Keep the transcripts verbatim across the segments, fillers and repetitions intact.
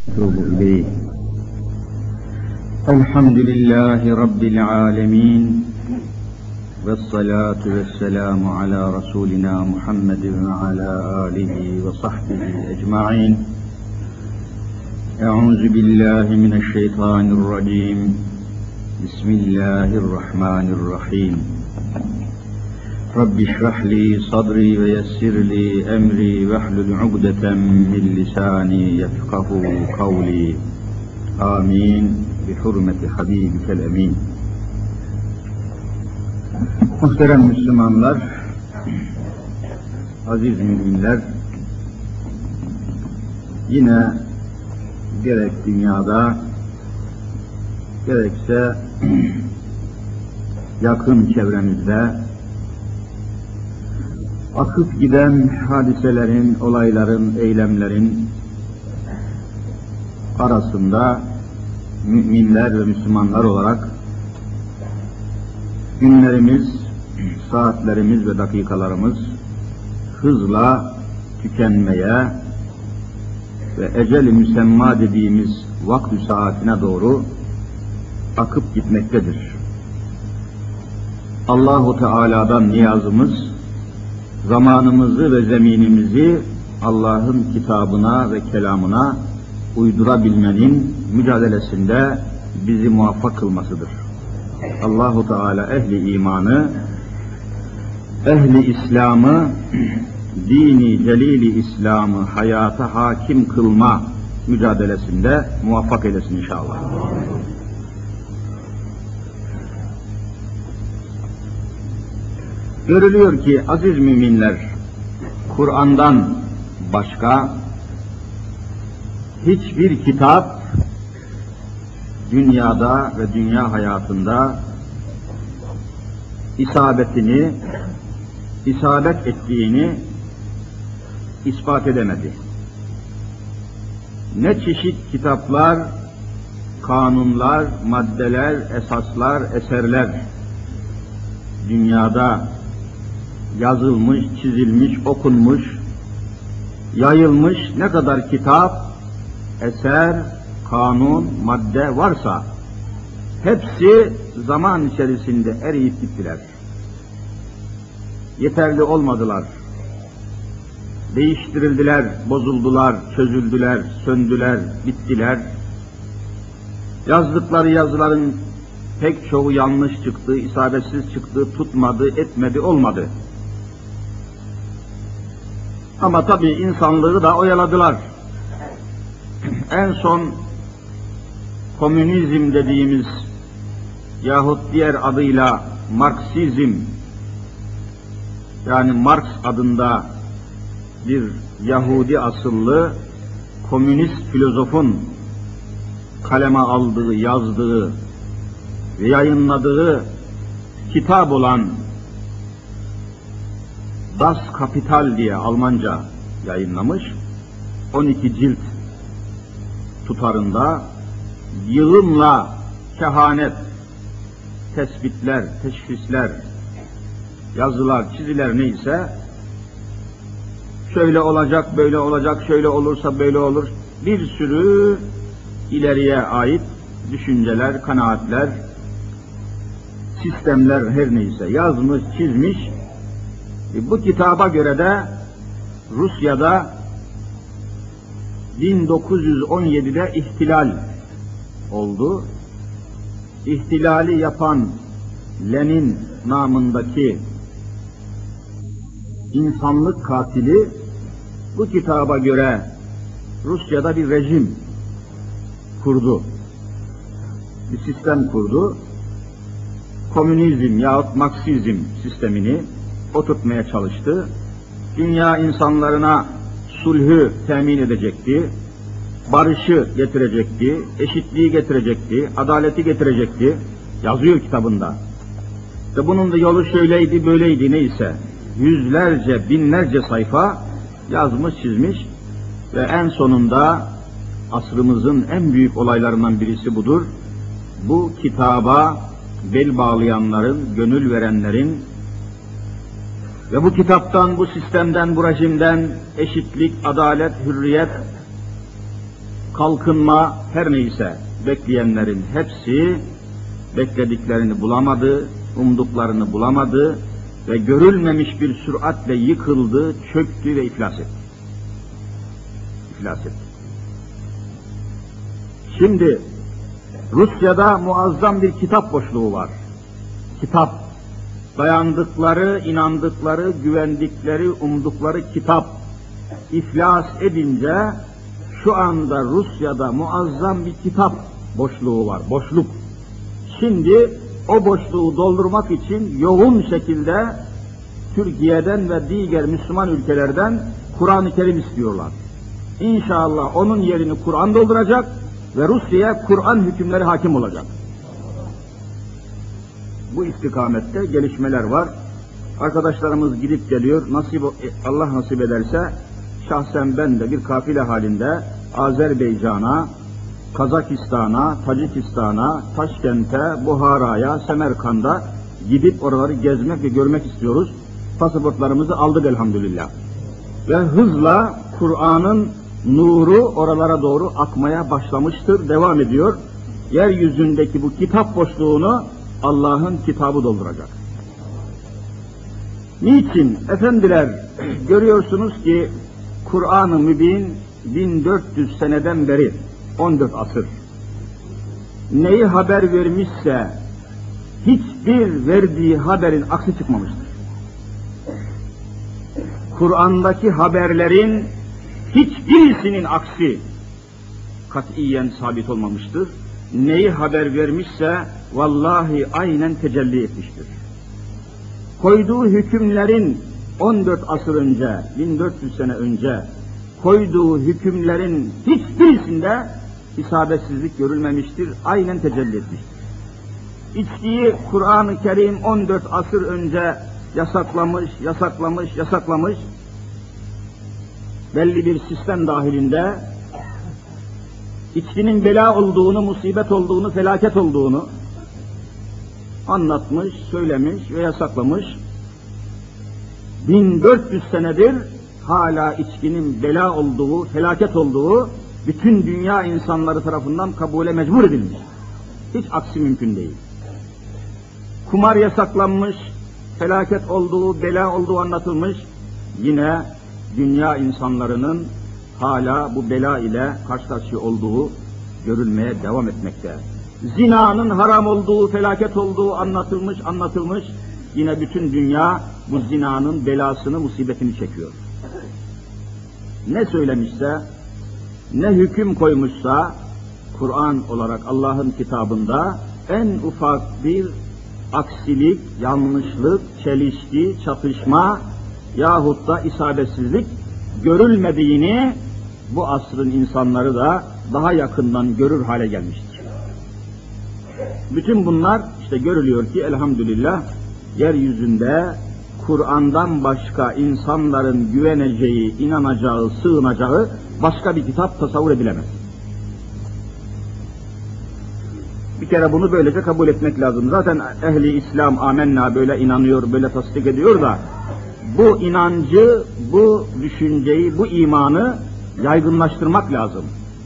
أتوب إليه. الحمد لله رب العالمين، والصلاة والسلام على رسولنا محمد وعلى آله وصحبه أجمعين. أعوذ بالله من الشيطان الرجيم. بسم الله الرحمن الرحيم. رب اشرح لي صدري ويسر لي أمري واحلل عقدة من لساني يفقه قولي. آمين بحرمة حبيبك الأمين. Muhterem Müslümanlar, aziz müminler, yine gerek dünyada gerekse yakın çevremizde akıp giden hadiselerin, olayların, eylemlerin arasında müminler ve Müslümanlar olarak günlerimiz, saatlerimiz ve dakikalarımız hızla tükenmeye ve ecel-i müsemma dediğimiz vakti saatine doğru akıp gitmektedir. Allahu Teala'dan niyazımız, zamanımızı ve zeminimizi Allah'ın kitabına ve kelamına uydurabilmenin mücadelesinde bizi muvaffak kılmasıdır. Allahu Teala ehli imanı, ehli İslam'ı, dini celili İslam'ı hayata hakim kılma mücadelesinde muvaffak eylesin inşallah. Görülüyor ki aziz müminler, Kur'an'dan başka hiçbir kitap dünyada ve dünya hayatında isabetini, isabet ettiğini ispat edemedi. Ne çeşit kitaplar, kanunlar, maddeler, esaslar, eserler dünyada yazılmış, çizilmiş, okunmuş, yayılmış ne kadar kitap, eser, kanun, madde varsa hepsi zaman içerisinde eriyip gittiler. Yeterli olmadılar. Değiştirildiler, bozuldular, çözüldüler, söndüler, bittiler. Yazdıkları yazıların pek çoğu yanlış çıktı, isabetsiz çıktı, tutmadı, etmedi, olmadı. Ama tabii insanlığı da oyaladılar. En son komünizm dediğimiz yahut diğer adıyla Marksizm, yani Marx adında bir Yahudi asıllı komünist filozofun kaleme aldığı, yazdığı ve yayınladığı kitap olan Das Kapital diye Almanca yayınlamış, on iki cilt tutarında yığınla kehanet, tespitler, teşhisler, yazılar, çiziler neyse, şöyle olacak, böyle olacak, şöyle olursa böyle olur, bir sürü ileriye ait düşünceler, kanaatler, sistemler her neyse yazmış, çizmiş. E bu kitaba göre de Rusya'da bin dokuz yüz on yedi'de ihtilal oldu. İhtilali yapan Lenin namındaki insanlık katili bu kitaba göre Rusya'da bir rejim kurdu. Bir sistem kurdu. Komünizm yahut Marksizm sistemini oturtmaya çalıştı. Dünya insanlarına sulhü temin edecekti, barışı getirecekti, eşitliği getirecekti, adaleti getirecekti. Yazıyor kitabında. Ve bunun da yolu şöyleydi, böyleydi neyse. Yüzlerce, binlerce sayfa yazmış, çizmiş ve en sonunda asrımızın en büyük olaylarından birisi budur. Bu kitaba bel bağlayanların, gönül verenlerin ve bu kitaptan, bu sistemden, bu rejimden eşitlik, adalet, hürriyet, kalkınma, her neyse bekleyenlerin hepsi beklediklerini bulamadı, umduklarını bulamadı ve görülmemiş bir süratle yıkıldı, çöktü ve iflas etti. İflas etti. Şimdi Rusya'da muazzam bir kitap boşluğu var. Kitap, dayandıkları, inandıkları, güvendikleri, umdukları kitap iflas edince şu anda Rusya'da muazzam bir kitap boşluğu var, boşluk. Şimdi o boşluğu doldurmak için yoğun şekilde Türkiye'den ve diğer Müslüman ülkelerden Kur'an-ı Kerim istiyorlar. İnşallah onun yerini Kur'an dolduracak ve Rusya'ya Kur'an hükümleri hakim olacak. Bu istikamette gelişmeler var. Arkadaşlarımız gidip geliyor. Nasip, Allah nasip ederse şahsen ben de bir kafile halinde Azerbaycan'a, Kazakistan'a, Tacikistan'a, Taşkent'e, Buhara'ya, Semerkand'a gidip oraları gezmek ve görmek istiyoruz. Pasaportlarımızı aldık elhamdülillah. Ve hızla Kur'an'ın nuru oralara doğru akmaya başlamıştır, devam ediyor. Yeryüzündeki bu kitap boşluğunu Allah'ın kitabı dolduracak. Niçin? Efendiler, görüyorsunuz ki Kur'an-ı Mübin bin dört yüz seneden beri, on dört asır, neyi haber vermişse hiçbir verdiği haberin aksi çıkmamıştır. Kur'an'daki haberlerin hiçbirisinin aksi katiyen sabit olmamıştır. Neyi haber vermişse vallahi aynen tecelli etmiştir. Koyduğu hükümlerin on dört asır önce, bin dört yüz sene önce koyduğu hükümlerin hiçbirisinde isabetsizlik görülmemiştir, aynen tecelli etmiştir. İçkiyi Kur'an-ı Kerim on dört asır önce yasaklamış, yasaklamış, yasaklamış. Belli bir sistem dahilinde içkinin bela olduğunu, musibet olduğunu, felaket olduğunu anlatmış, söylemiş ve yasaklamış. bin dört yüz senedir hala içkinin bela olduğu, felaket olduğu bütün dünya insanları tarafından kabule mecbur edilmiş. Hiç aksi mümkün değil. Kumar yasaklanmış, felaket olduğu, bela olduğu anlatılmış. Yine dünya insanlarının hala bu bela ile karşı karşıya olduğu görülmeye devam etmekte. Zinanın haram olduğu, felaket olduğu anlatılmış, anlatılmış. Yine bütün dünya bu zinanın belasını, musibetini çekiyor. Ne söylemişse, ne hüküm koymuşsa, Kur'an olarak Allah'ın kitabında en ufak bir aksilik, yanlışlık, çelişki, çatışma yahut da isabetsizlik görülmediğini bu asrın insanları da daha yakından görür hale gelmiştir. Bütün bunlar işte görülüyor ki elhamdülillah yeryüzünde Kur'an'dan başka insanların güveneceği, inanacağı, sığınacağı başka bir kitap tasavvur edilemez. Bir kere bunu böylece kabul etmek lazım. Zaten ehli İslam amenna böyle inanıyor, böyle tasdik ediyor da bu inancı, bu düşünceyi, bu imanı yaygınlaştırmak lazım.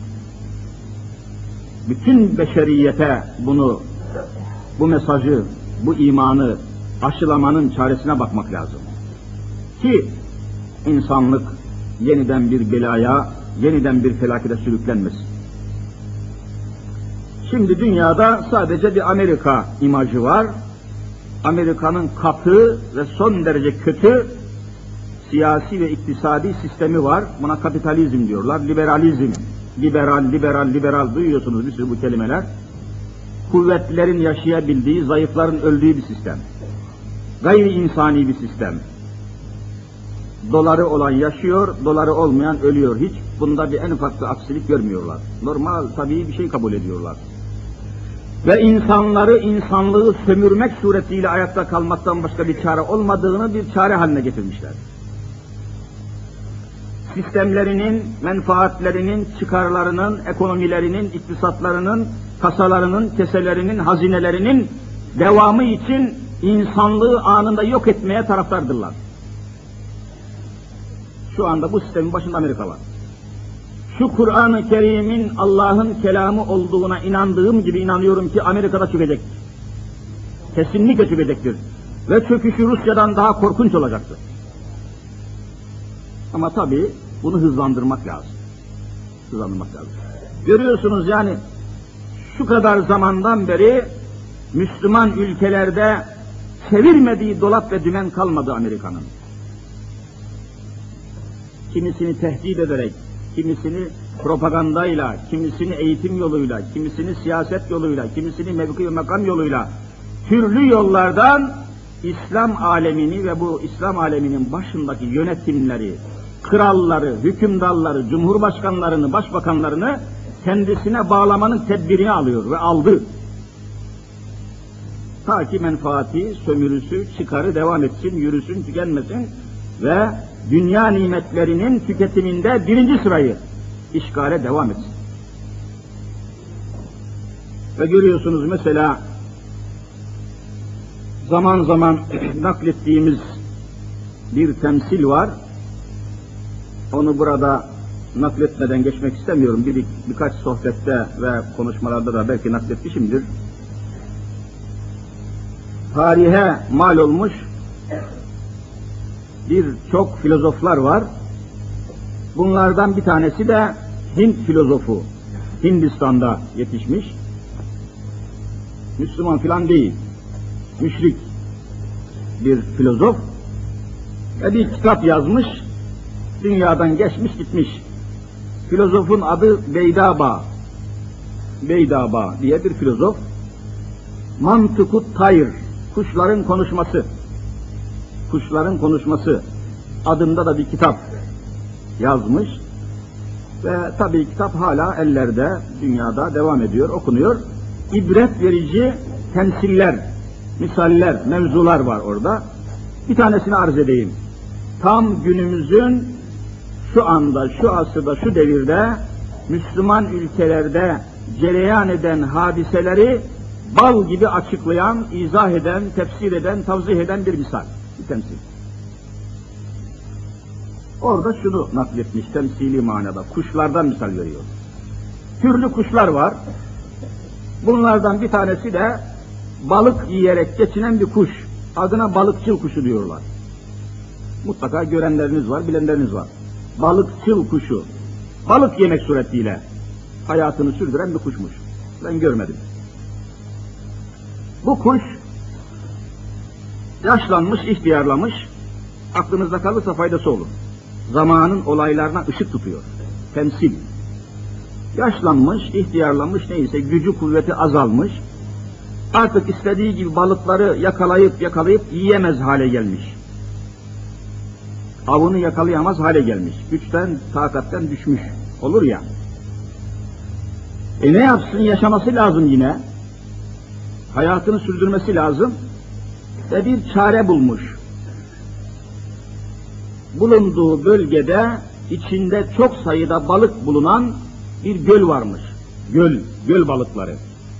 Bütün beşeriyete bunu, bu mesajı, bu imanı aşılamanın çaresine bakmak lazım. Ki insanlık yeniden bir belaya, yeniden bir felakete sürüklenmesin. Şimdi dünyada sadece bir Amerika imajı var. Amerika'nın katı ve son derece kötü siyasi ve iktisadi sistemi var. Buna kapitalizm diyorlar, liberalizm. Liberal, liberal, liberal duyuyorsunuz bir sürü bu kelimeler. Kuvvetlilerin yaşayabildiği, zayıfların öldüğü bir sistem. Gayri insani bir sistem. Doları olan yaşıyor, doları olmayan ölüyor. Hiç bunda bir en ufak bir aksilik görmüyorlar. Normal, tabii bir şey kabul ediyorlar. Ve insanları, insanlığı sömürmek suretiyle ayakta kalmaktan başka bir çare olmadığını bir çare haline getirmişler. Sistemlerinin, menfaatlerinin, çıkarlarının, ekonomilerinin, iktisatlarının, kasalarının, keselerinin, hazinelerinin devamı için insanlığı anında yok etmeye taraftardırlar. Şu anda bu sistemin başında Amerika var. şu Kur'an-ı Kerim'in Allah'ın kelamı olduğuna inandığım gibi inanıyorum ki Amerika'da çökecektir. Kesinlikle çökecektir. Ve çöküşü Rusya'dan daha korkunç olacaktır. Ama tabii bunu hızlandırmak lazım. Hızlandırmak lazım. Görüyorsunuz yani şu kadar zamandan beri Müslüman ülkelerde çevirmediği dolap ve dümen kalmadı Amerika'nın. Kimisini tehdit ederek, kimisini propagandayla, kimisini eğitim yoluyla, kimisini siyaset yoluyla, kimisini mevki ve makam yoluyla türlü yollardan İslam alemini ve bu İslam aleminin başındaki yönetimleri, kralları, hükümdarları, cumhurbaşkanlarını, başbakanlarını kendisine bağlamanın tedbirini alıyor ve aldı. Ta ki menfaati, sömürüsü, çıkarı devam etsin, yürüsün, tükenmesin ve dünya nimetlerinin tüketiminde birinci sırayı işgale devam etsin. Ve görüyorsunuz mesela zaman zaman naklettiğimiz bir temsil var. Onu burada nakletmeden geçmek istemiyorum. Bir, birkaç sohbette ve konuşmalarda da belki nakletmişimdir. Tarihe mal olmuş birçok filozoflar var. Bunlardan bir tanesi de Hint filozofu. Hindistan'da yetişmiş. Müslüman filan değil. Müşrik bir filozof. Ve bir kitap yazmış. Dünyadan geçmiş gitmiş. Filozofun adı Beydaba. Beydaba diye bir filozof. Mantıkut Tayr, kuşların konuşması. Kuşların konuşması adında da bir kitap yazmış. Ve tabii kitap hala ellerde, dünyada devam ediyor, okunuyor. İbret verici temsiller, misaller, mevzular var orada. Bir tanesini arz edeyim. Tam günümüzün şu anda, şu asırda, şu devirde Müslüman ülkelerde cereyan eden hadiseleri bal gibi açıklayan, izah eden, tefsir eden, tavzih eden bir misal, bir temsil. Orada şunu nakletmiş temsili manada, kuşlardan misal veriyor. Türlü kuşlar var. Bunlardan bir tanesi de balık yiyerek geçinen bir kuş. Adına balıkçıl kuşu diyorlar. Mutlaka görenleriniz var, bilenleriniz var. Balıkçıl kuşu. Balık yemek suretiyle hayatını sürdüren bir kuşmuş. Ben görmedim. Bu kuş yaşlanmış, ihtiyarlamış. Aklınızda kalırsa faydası olur. Zamanın olaylarına ışık tutuyor. Temsil. Yaşlanmış, ihtiyarlanmış, neyse gücü kuvveti azalmış. Artık istediği gibi balıkları yakalayıp yakalayıp yiyemez hale gelmiş. Avını yakalayamaz hale gelmiş. Güçten, takatten düşmüş. Olur ya. E ne yapsın? Yaşaması lazım yine. Hayatını sürdürmesi lazım. Ve bir çare bulmuş. Bulunduğu bölgede içinde çok sayıda balık bulunan bir göl varmış. Göl, göl balıkları.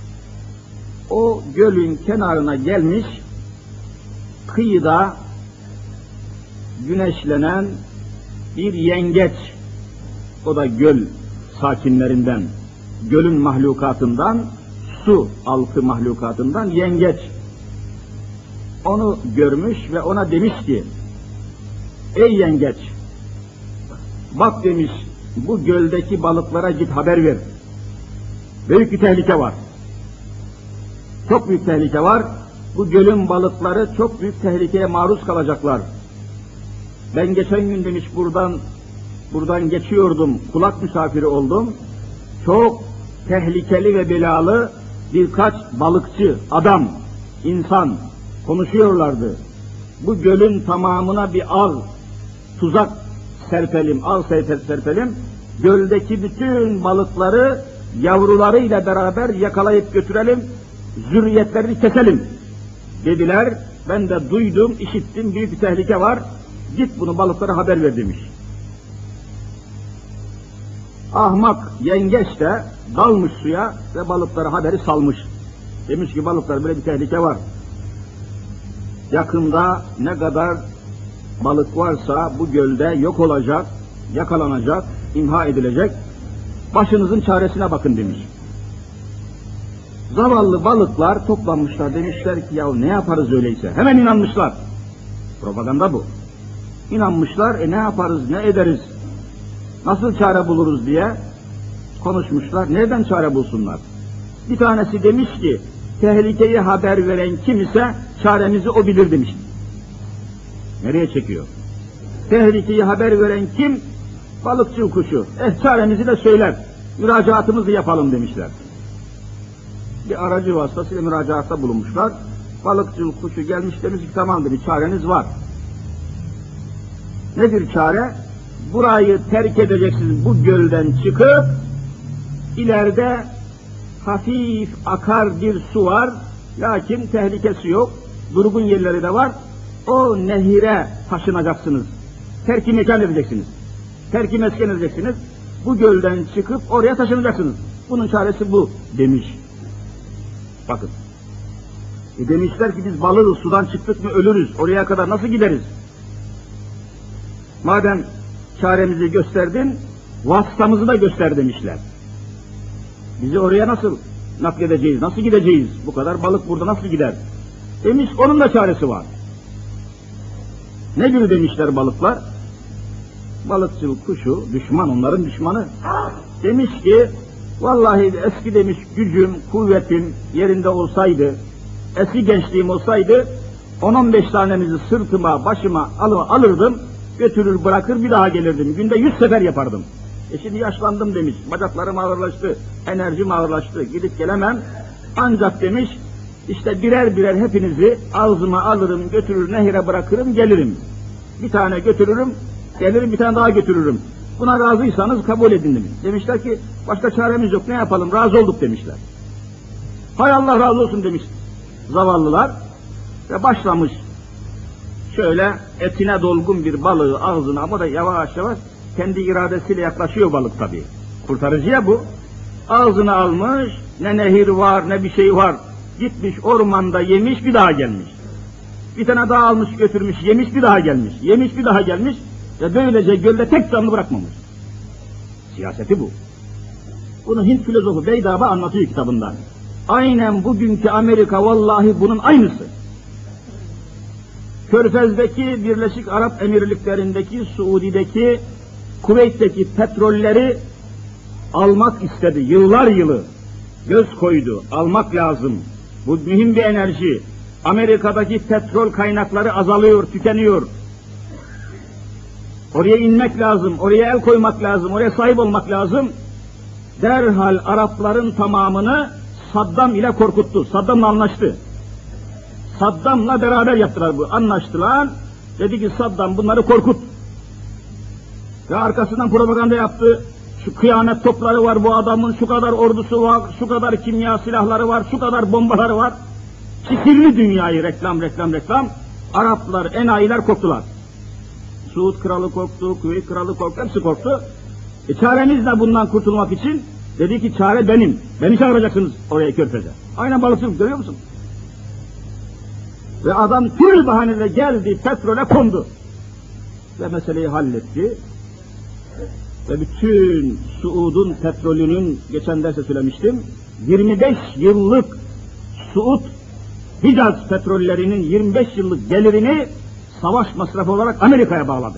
O gölün kenarına gelmiş, kıyıda güneşlenen bir yengeç, o da göl sakinlerinden, gölün mahlukatından, su altı mahlukatından yengeç. Onu görmüş ve ona demiş ki, ey yengeç, bak demiş, bu göldeki balıklara git haber ver. Büyük bir tehlike var. Çok büyük tehlike var. Bu gölün balıkları çok büyük tehlikeye maruz kalacaklar. Ben geçen gün demiş buradan buradan geçiyordum, kulak misafiri oldum. Çok tehlikeli ve belalı birkaç balıkçı, adam, insan konuşuyorlardı. Bu gölün tamamına bir ağ, tuzak serpelim, ağ serpelim, göldeki bütün balıkları yavrularıyla beraber yakalayıp götürelim, zürriyetlerini keselim dediler. Ben de duydum, işittim, büyük bir tehlike var, git bunu balıklara haber ver demiş. Ahmak yengeç de dalmış suya ve balıklara haberi salmış. Demiş ki balıklar, böyle bir tehlike var. Yakında ne kadar balık varsa bu gölde yok olacak, yakalanacak, imha edilecek. başınızın çaresine bakın demiş. Zavallı balıklar toplanmışlar, demişler ki ya ne yaparız öyleyse? Hemen inanmışlar. Propaganda bu. İnanmışlar, e ne yaparız, ne ederiz, nasıl çare buluruz diye konuşmuşlar. Nereden çare bulsunlar? Bir tanesi demiş ki, tehlikeyi haber veren kim ise çaremizi o bilir demiş. Nereye çekiyor? Tehlikeyi haber veren kim? Balıkçı kuşu. Eh çaremizi de söyler, müracaatımızı yapalım demişler. Bir aracı vasıtasıyla müracaatta bulunmuşlar. Balıkçı kuşu gelmiş demiş ki tamamdır, bir çareniz var. Nedir çare? Burayı terk edeceksiniz, bu gölden çıkıp ileride hafif akar bir su var, lakin tehlikesi yok, durgun yerleri de var. O nehire taşınacaksınız, terk-i mekan edeceksiniz, terk-i mesken edeceksiniz, bu gölden çıkıp oraya taşınacaksınız. Bunun çaresi bu demiş. Bakın, e demişler ki biz balığız, sudan çıktık mı ölürüz, oraya kadar nasıl gideriz? Madem çaremizi gösterdin, vasıtamızı da göster demişler. Bizi oraya nasıl nakledeceğiz, nasıl gideceğiz? Bu kadar balık burada nasıl gider? Demiş, onun da çaresi var. Nedir demişler balıklar? Balıkçılık kuşu, düşman, onların düşmanı. Demiş ki, vallahi eski demiş gücüm, kuvvetim yerinde olsaydı, eski gençliğim olsaydı, on on beş tanenizi sırtıma, başıma alırdım, götürür bırakır bir daha gelirdim. Günde yüz sefer yapardım. E şimdi yaşlandım demiş. Bacaklarım ağırlaştı, enerjim ağırlaştı. Gidip gelemem. Ancak demiş, işte birer birer hepinizi ağzıma alırım, götürür nehire bırakırım, gelirim. Bir tane götürürüm, gelirim bir tane daha götürürüm. Buna razıysanız kabul edin demiş. Demişler ki başka çaremiz yok, ne yapalım, razı olduk demişler. Hay Allah razı olsun demiş zavallılar. Ve başlamış şöyle etine dolgun bir balığı ağzına, ama da yavaş yavaş kendi iradesiyle yaklaşıyor balık tabii. Kurtarıcıya bu. Ağzına almış, ne nehir var ne bir şey var. Gitmiş ormanda yemiş, bir daha gelmiş. Bir tane daha almış götürmüş, yemiş, bir daha gelmiş. Yemiş, bir daha gelmiş ve böylece gölde tek canlı bırakmamış. Siyaseti bu. Bunu Hint filozofu Beydaba anlatıyor kitabında. Aynen bugünkü Amerika vallahi bunun aynısı. Körfez'deki, Birleşik Arap Emirlikleri'ndeki, Suudi'deki, Kuveyt'teki petrolleri almak istedi. Yıllar yılı göz koydu. Almak lazım. Bu mühim bir enerji. Amerika'daki petrol kaynakları azalıyor, tükeniyor. Oraya inmek lazım, oraya el koymak lazım, oraya sahip olmak lazım. Derhal Arapların tamamını Saddam ile korkuttu. Saddam'la anlaştı. Saddam'la beraber yaptılar bu. Anlaştılar. Dedi ki Saddam bunları korkut. Ve arkasından propaganda yaptı. Şu kıyamet topları var bu adamın, şu kadar ordusu var, şu kadar kimya silahları var, şu kadar bombaları var. Sihirli dünyayı reklam reklam reklam. Araplar, enayiler korktular. Suud kralı korktu, Kuveyt kralı korktu, hepsi korktu. E çaremiz de bundan kurtulmak için dedi ki çare benim. Beni çağıracaksınız oraya Körfez'e. Aynen balıkçılık, görüyor musun? Ve adam türlü bahaneyle geldi, petrole kondu. Ve meseleyi halletti. Ve bütün Suud'un petrolünün, geçen derste söylemiştim, yirmi beş yıllık Suud Hicaz petrollerinin yirmi beş yıllık gelirini savaş masrafı olarak Amerika'ya bağladı.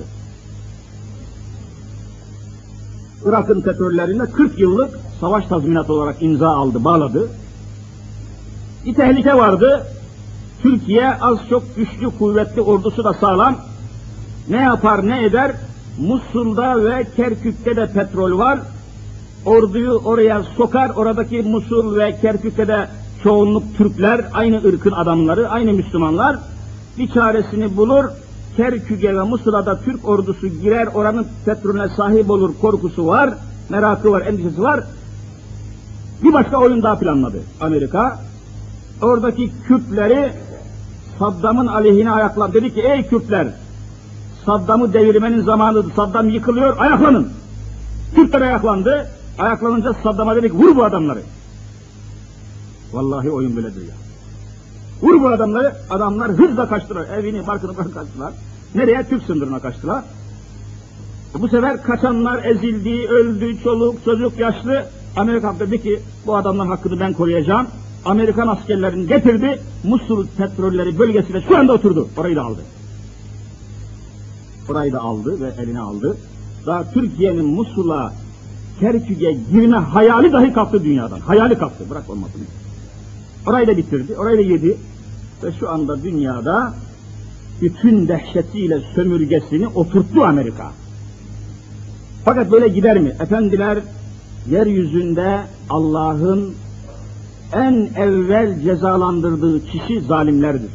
Irak'ın petrollerine kırk yıllık savaş tazminatı olarak imza aldı, bağladı. Bir tehlike vardı. Türkiye az çok güçlü, kuvvetli, ordusu da sağlam. Ne yapar, ne eder? Musul'da ve Kerkük'te de petrol var. Orduyu oraya sokar, oradaki Musul ve Kerkük'te de çoğunluk Türkler, aynı ırkın adamları, aynı Müslümanlar. Bir çaresini bulur, Kerkük'e ve Musul'a da Türk ordusu girer, oranın petrolüne sahip olur korkusu var, merakı var, endişesi var. Bir başka oyun daha planladı Amerika. Oradaki Kürtleri Saddam'ın aleyhine ayaklandı. Dedi ki ey Kürtler, Saddam'ı devirmenin zamanıdır, Saddam yıkılıyor, ayaklanın. Kürtler ayaklandı, ayaklanınca Saddam'a dedi ki vur bu adamları. Vallahi oyun böyledir ya. Vur bu adamları, adamlar hızla kaçtılar, evini, barkını bırakıp kaçtılar. Nereye? Türk sınırına kaçtılar. Bu sefer kaçanlar ezildi, öldü, çoluk, çocuk, yaşlı. Amerika dedi ki bu adamların hakkını ben koruyacağım. Amerikan askerlerini getirdi, Musul petrolleri bölgesine şu anda oturdu. Orayı da aldı. Orayı da aldı ve eline aldı. Daha Türkiye'nin Musul'a, Kerkük'e girme hayali dahi kalktı dünyadan. Hayali kalktı, bırak olmasını. Orayı da bitirdi, orayı da yedi. Ve şu anda dünyada bütün dehşetiyle sömürgesini oturttu Amerika. Fakat böyle gider mi? Efendiler, yeryüzünde Allah'ın en evvel cezalandırdığı kişi zalimlerdir.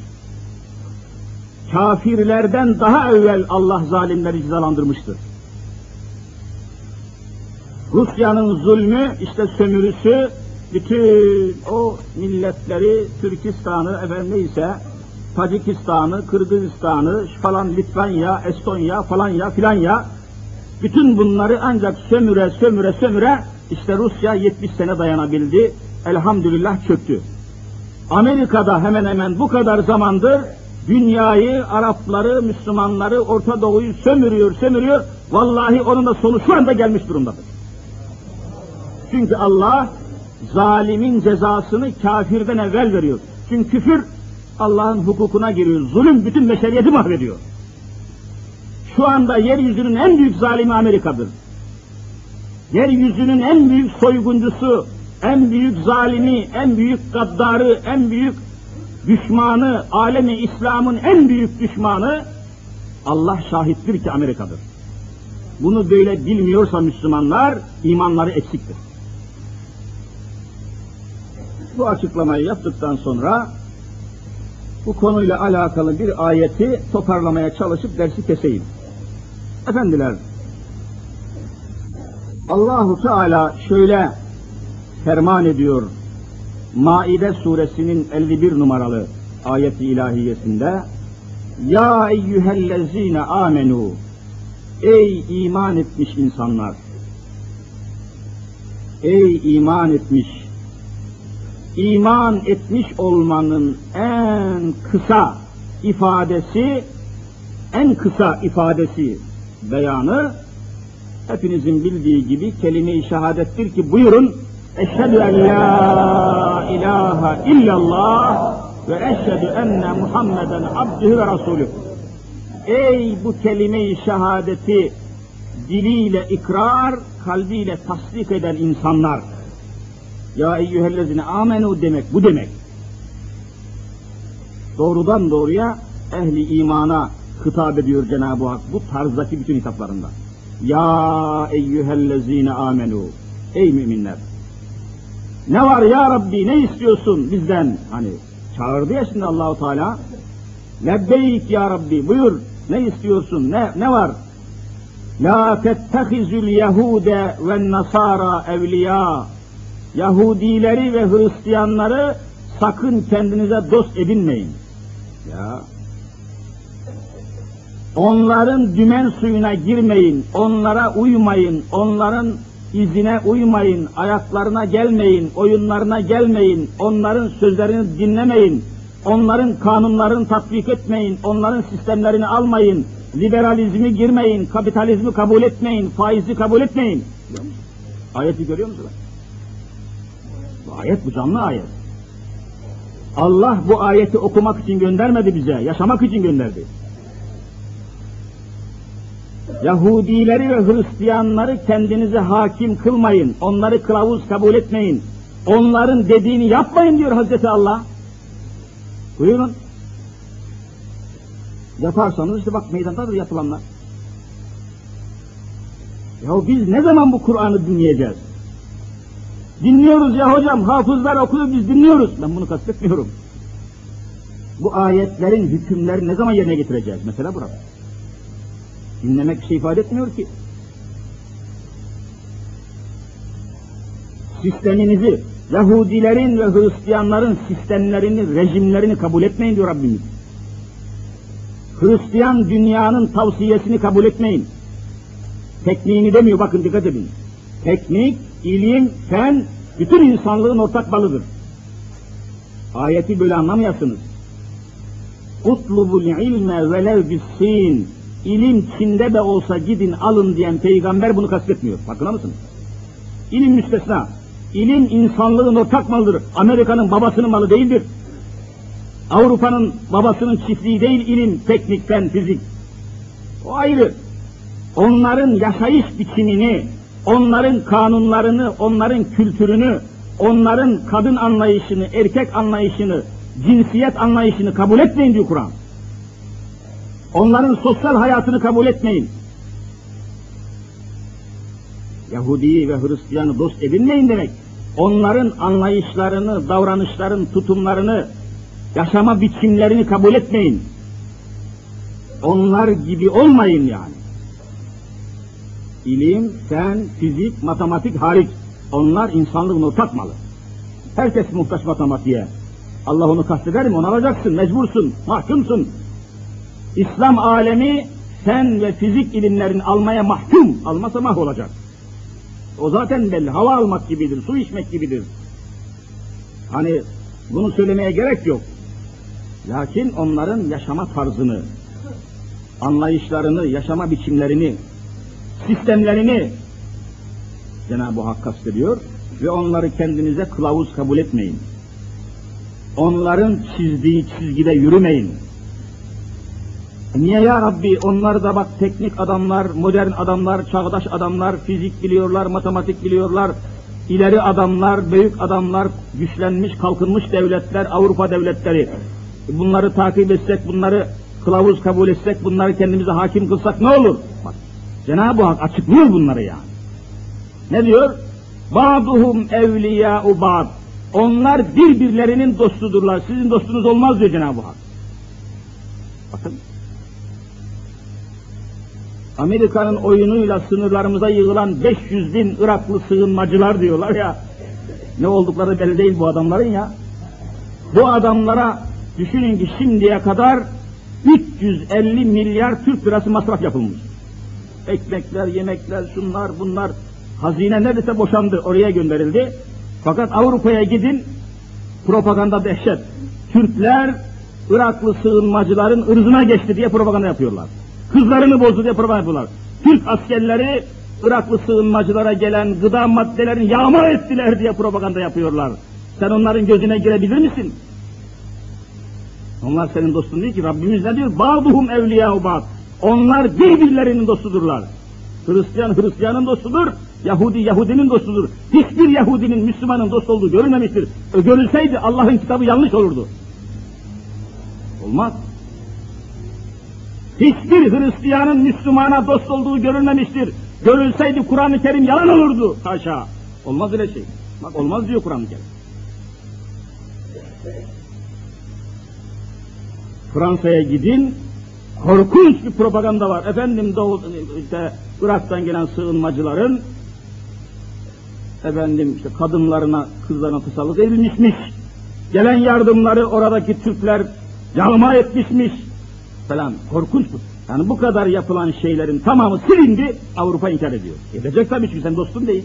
Kafirlerden daha evvel Allah zalimleri cezalandırmıştır. Rusya'nın zulmü, işte sömürüsü, bütün o milletleri, Türkistan'ı, efendim neyse, Tacikistan'ı, Kırgızistan'ı, falan Litvanya, Estonya, falan ya filan ya, bütün bunları ancak sömüre, sömüre, sömüre, işte Rusya yetmiş sene dayanabildi, elhamdülillah çöktü. Amerika'da hemen hemen bu kadar zamandır dünyayı, Arapları, Müslümanları, Orta Doğu'yu sömürüyor, sömürüyor, vallahi onun da sonu şu anda gelmiş durumdadır. Çünkü Allah, zalimin cezasını kafirden evvel veriyor. Çünkü küfür, Allah'ın hukukuna giriyor, zulüm bütün beşeriyeti mahvediyor. Şu anda yeryüzünün en büyük zalimi Amerika'dır. Yeryüzünün en büyük soyguncusu, en büyük zalimi, en büyük gaddarı, en büyük düşmanı, alemi İslam'ın en büyük düşmanı, Allah şahittir ki Amerika'dır. Bunu böyle bilmiyorsa Müslümanlar, imanları eksiktir. Bu açıklamayı yaptıktan sonra, bu konuyla alakalı bir ayeti toparlamaya çalışıp dersi keseyim. Efendiler, Allahu Teala şöyle ferman ediyor, Maide suresinin elli bir numaralı ayeti ilahiyesinde, Ya eyyühellezine amenu, ey iman etmiş insanlar, ey iman etmiş, iman etmiş olmanın en kısa ifadesi, en kısa ifadesi, beyanı, hepinizin bildiği gibi kelime-i şehadettir ki buyurun, Eşhedü en la ilahe illallah ve eşhedü enne Muhammeden abdühü ve rasulü. Ey bu kelime-i şehadeti diliyle ikrar, kalbiyle tasdik eden insanlar. Ya eyyühellezine amenu demek bu demek. Doğrudan doğruya ehli imana hitap ediyor Cenab-ı Hak bu tarzdaki bütün hitaplarında. Ya eyyühellezine amenu. Ey müminler. Ne var ya Rabbi, ne istiyorsun bizden? Hani çağırdı ya şimdi Allah-u Teala. Lebbeyk ya Rabbi, buyur, ne istiyorsun, ne ne var? La tettehizül yehude ve nasara evliya. Yahudileri ve Hristiyanları sakın kendinize dost edinmeyin. Ya. Onların dümen suyuna girmeyin, onlara uymayın, onların izine uymayın, ayaklarına gelmeyin, oyunlarına gelmeyin, onların sözlerini dinlemeyin, onların kanunlarını tatbik etmeyin, onların sistemlerini almayın, liberalizmi girmeyin, kapitalizmi kabul etmeyin, faizi kabul etmeyin. Ayeti görüyor musunuz? Bu ayet, bu canlı ayet. Allah bu ayeti okumak için göndermedi bize, yaşamak için gönderdi. Yahudileri ve Hristiyanları kendinize hakim kılmayın, onları kılavuz kabul etmeyin, onların dediğini yapmayın diyor Hazreti Allah. Buyurun. Yaparsanız işte bak meydandadır yapılanlar. Ya biz ne zaman bu Kur'an'ı dinleyeceğiz? Dinliyoruz ya hocam, hafızlar okuyor, biz dinliyoruz. Ben bunu kastetmiyorum. Bu ayetlerin hükümleri ne zaman yerine getireceğiz? Mesela burada. Dinlemek bir şey ifade etmiyor ki. Sisteminizi, Yahudilerin ve Hristiyanların sistemlerini, rejimlerini kabul etmeyin diyor Rabbimiz. Hristiyan dünyanın tavsiyesini kabul etmeyin. Tekniğini demiyor, bakın dikkat edin. Teknik, ilim, fen, bütün insanlığın ortak malıdır. Ayeti böyle anlamayasınız. Utlubul ilme velev bissin. İlim Çin'de de olsa gidin alın diyen peygamber bunu kastetmiyor. Farkında mısınız? İlim müstesna. İlim insanlığın ortak malıdır. Amerika'nın babasının malı değildir. Avrupa'nın babasının çiftliği değil ilim, teknik, fen, fizik. O ayrı. Onların yaşayış biçimini, onların kanunlarını, onların kültürünü, onların kadın anlayışını, erkek anlayışını, cinsiyet anlayışını kabul etmeyin diyor Kur'an. Onların sosyal hayatını kabul etmeyin. Yahudi'yi ve Hristiyan'ı dost edinmeyin demek. Onların anlayışlarını, davranışların, tutumlarını, yaşama biçimlerini kabul etmeyin. Onlar gibi olmayın yani. İlim, fen, fizik, matematik hariç. Onlar insanlığın ortak malı. Herkes muhtaç matematiğe. Allah onu kasteder mi? Onu alacaksın, mecbursun, mahkumsun. İslam alemi fen ve fizik ilimlerini almaya mahkum. Almasa mahvolacak. O zaten belli. Hava almak gibidir, su içmek gibidir. Hani bunu söylemeye gerek yok. Lakin onların yaşama tarzını, anlayışlarını, yaşama biçimlerini, sistemlerini Cenab-ı Hak kastediyor ve onları kendinize kılavuz kabul etmeyin. Onların çizdiği çizgide yürümeyin. Niye ya Rabbi? Onlar da bak teknik adamlar, modern adamlar, çağdaş adamlar, fizik biliyorlar, matematik biliyorlar, ileri adamlar, büyük adamlar, güçlenmiş, kalkınmış devletler, Avrupa devletleri. Bunları takip etsek, bunları kılavuz kabul etsek, bunları kendimize hakim kılsak ne olur? Bak, Cenab-ı Hak açıklıyor bunları yani. Ne diyor? Ba'duhum evliyâ'u ba'd. Onlar birbirlerinin dostudurlar. Sizin dostunuz olmaz diyor Cenab-ı Hak. Bakın. Amerika'nın oyunuyla sınırlarımıza yığılan beş yüz bin Iraklı sığınmacılar diyorlar ya. Ne oldukları belli değil bu adamların ya. Bu adamlara düşünün ki şimdiye kadar üç yüz elli milyar Türk lirası masraf yapılmış. Ekmekler, yemekler, şunlar, bunlar. Hazine neredeyse boşandı, oraya gönderildi. Fakat Avrupa'ya gidin, propaganda dehşet. Türkler, Iraklı sığınmacıların ırzına geçti diye propaganda yapıyorlar. Kızlarını bozdu diye propaganda yapıyorlar. Türk askerleri, Iraklı sığınmacılara gelen gıda maddelerini yağma ettiler diye propaganda yapıyorlar. Sen onların gözüne girebilir misin? Onlar senin dostun değil ki. Rabbimiz ne diyor? Ba'duhum evliyâ'u ba'd. Onlar birbirlerinin dostudurlar. Hristiyan Hristiyanın dostudur, Yahudi Yahudinin dostudur. Hiçbir Yahudinin Müslümanın dost olduğu görülmemiştir. E, görülseydi Allah'ın kitabı yanlış olurdu. Olmaz. Hiçbir Hristiyanın Müslümana dost olduğu görülmemiştir. Görülseydi Kur'an-ı Kerim yalan olurdu. Haşa. Olmaz öyle şey. Bak olmaz diyor Kur'an-ı Kerim. Fransa'ya gidin, korkunç bir propaganda var. Efendim Doğu, işte Irak'tan gelen sığınmacıların efendim işte kadınlarına, kızlarına tasarruf edilmişmiş. Gelen yardımları oradaki Türkler yağma etmişmiş falan. Korkunç bu. Yani bu kadar yapılan şeylerin tamamı silindi, Avrupa inkar ediyor. Edecek tabii çünkü sen dostun değil.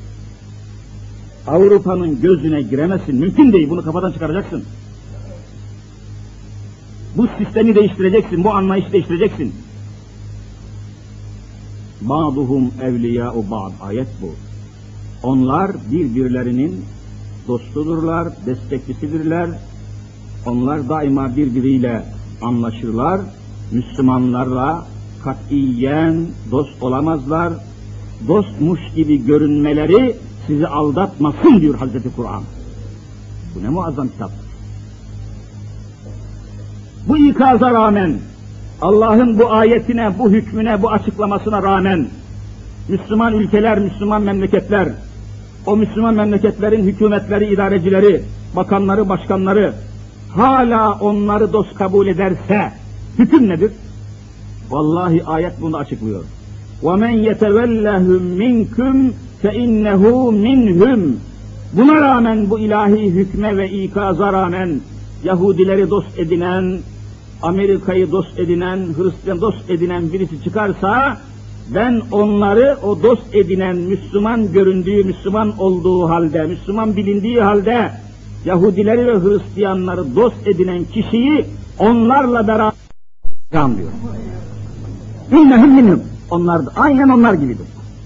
Avrupa'nın gözüne giremezsin, mümkün değil. Bunu kafadan çıkaracaksın. Bu sistemi değiştireceksin, bu anlayışı değiştireceksin. Ba'duhum evliyâ'u ba'd. Ayet bu. Onlar birbirlerinin dostudurlar, destekçisidirler. Onlar daima birbiriyle anlaşırlar. Müslümanlarla katiyen dost olamazlar. Dostmuş gibi görünmeleri sizi aldatmasın diyor Hazreti Kur'an. Bu ne muazzam kitap. Bu ikaza rağmen, Allah'ın bu ayetine, bu hükmüne, bu açıklamasına rağmen, Müslüman ülkeler, Müslüman memleketler, o Müslüman memleketlerin hükümetleri, idarecileri, bakanları, başkanları, hala onları dost kabul ederse, hüküm nedir? Vallahi ayet bunu açıklıyor. وَمَنْ يَتَوَلَّهُمْ مِنْكُمْ فَاِنَّهُ مِنْهُمْ. Buna rağmen, bu ilahi hükme ve ikaza rağmen, Yahudileri dost edinen, Amerika'yı dost edinen, Hristiyan dost edinen birisi çıkarsa, ben onları o dost edinen, Müslüman göründüğü, Müslüman olduğu halde, Müslüman bilindiği halde, Yahudileri ve Hristiyanları dost edinen kişiyi onlarla beraber diyor. İnnehum minhum. Onlar da aynen onlar gibidir.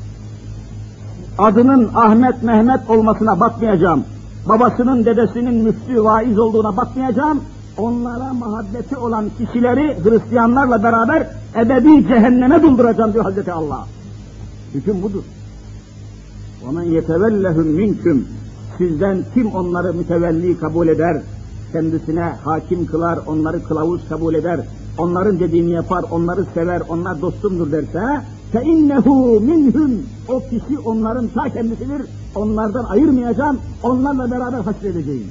Adının Ahmet Mehmet olmasına bakmayacağım. Babasının dedesinin müftü vaiz olduğuna bakmayacağım. Onlara muhabbeti olan kişileri Hristiyanlarla beraber ebedi cehenneme dolduracağım diyor Hazreti Allah. Hüküm budur. وَمَنْ يَتَوَلَّهُمْ مِنْكُمْ Sizden kim onları mütevelli kabul eder, kendisine hakim kılar, onları kılavuz kabul eder, onların dediğini yapar, onları sever, onlar dostumdur derse, فَاِنَّهُ مِنْهُمْ O kişi onların ta kendisidir, onlardan ayırmayacağım, onlarla beraber hasredeceğim.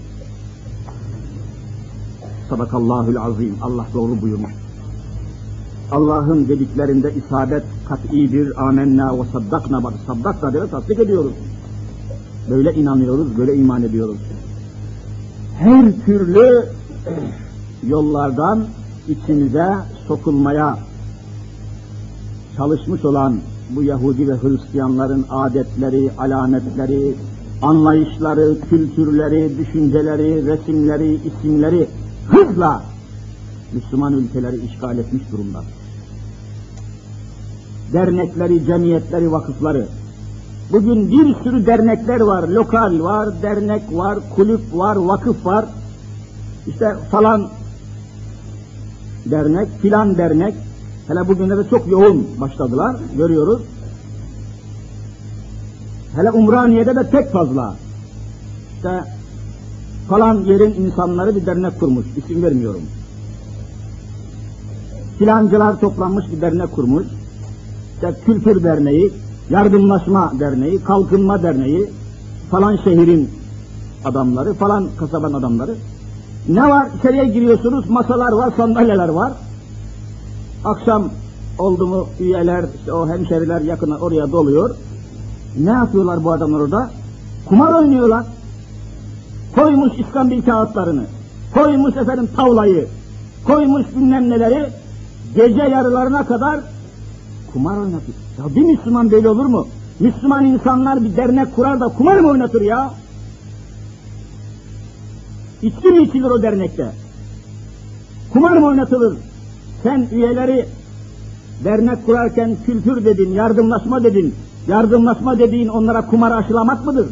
Sadakallahül azim, Allah doğru buyurmuş. Allah'ın dediklerinde isabet kat'idir, amenna ve saddakna, bak saddakna diye tasdik ediyoruz. Böyle inanıyoruz, böyle iman ediyoruz. Her türlü yollardan içimize sokulmaya çalışmış olan bu Yahudi ve Hristiyanların adetleri, alametleri, anlayışları, kültürleri, düşünceleri, resimleri, isimleri hızla Müslüman ülkeleri işgal etmiş durumda. Dernekleri, cemiyetleri, vakıfları. Bugün bir sürü dernekler var, lokal var, dernek var, kulüp var, vakıf var. İşte falan dernek, filan dernek. Hele bugünlerde çok yoğun başladılar, görüyoruz. Hele Umraniye'de de pek fazla. İşte falan yerin insanları bir dernek kurmuş, isim vermiyorum. Filancılar toplanmış bir dernek kurmuş. İşte Kültür Derneği, Yardımlaşma Derneği, Kalkınma Derneği, falan şehrin adamları, falan kasabanın adamları. Ne var? İçeriye giriyorsunuz, masalar var, sandalyeler var. Akşam oldu mu üyeler, işte o hemşeriler yakına oraya doluyor. Ne yapıyorlar bu adamlar orada? Kumar oynuyorlar. Koymuş iskambil kağıtlarını, koymuş efendim tavlayı, koymuş bilmem neleri, gece yarılarına kadar kumar oynatıyor. Ya bir Müslüman böyle olur mu? Müslüman insanlar bir dernek kurar da kumar mı oynatır ya? İçki mi içilir o dernekte? Kumar mı oynatılır? Sen üyeleri dernek kurarken kültür dedin, yardımlaşma dedin. Yardımlaşma dediğin onlara kumar aşılamak mıdır?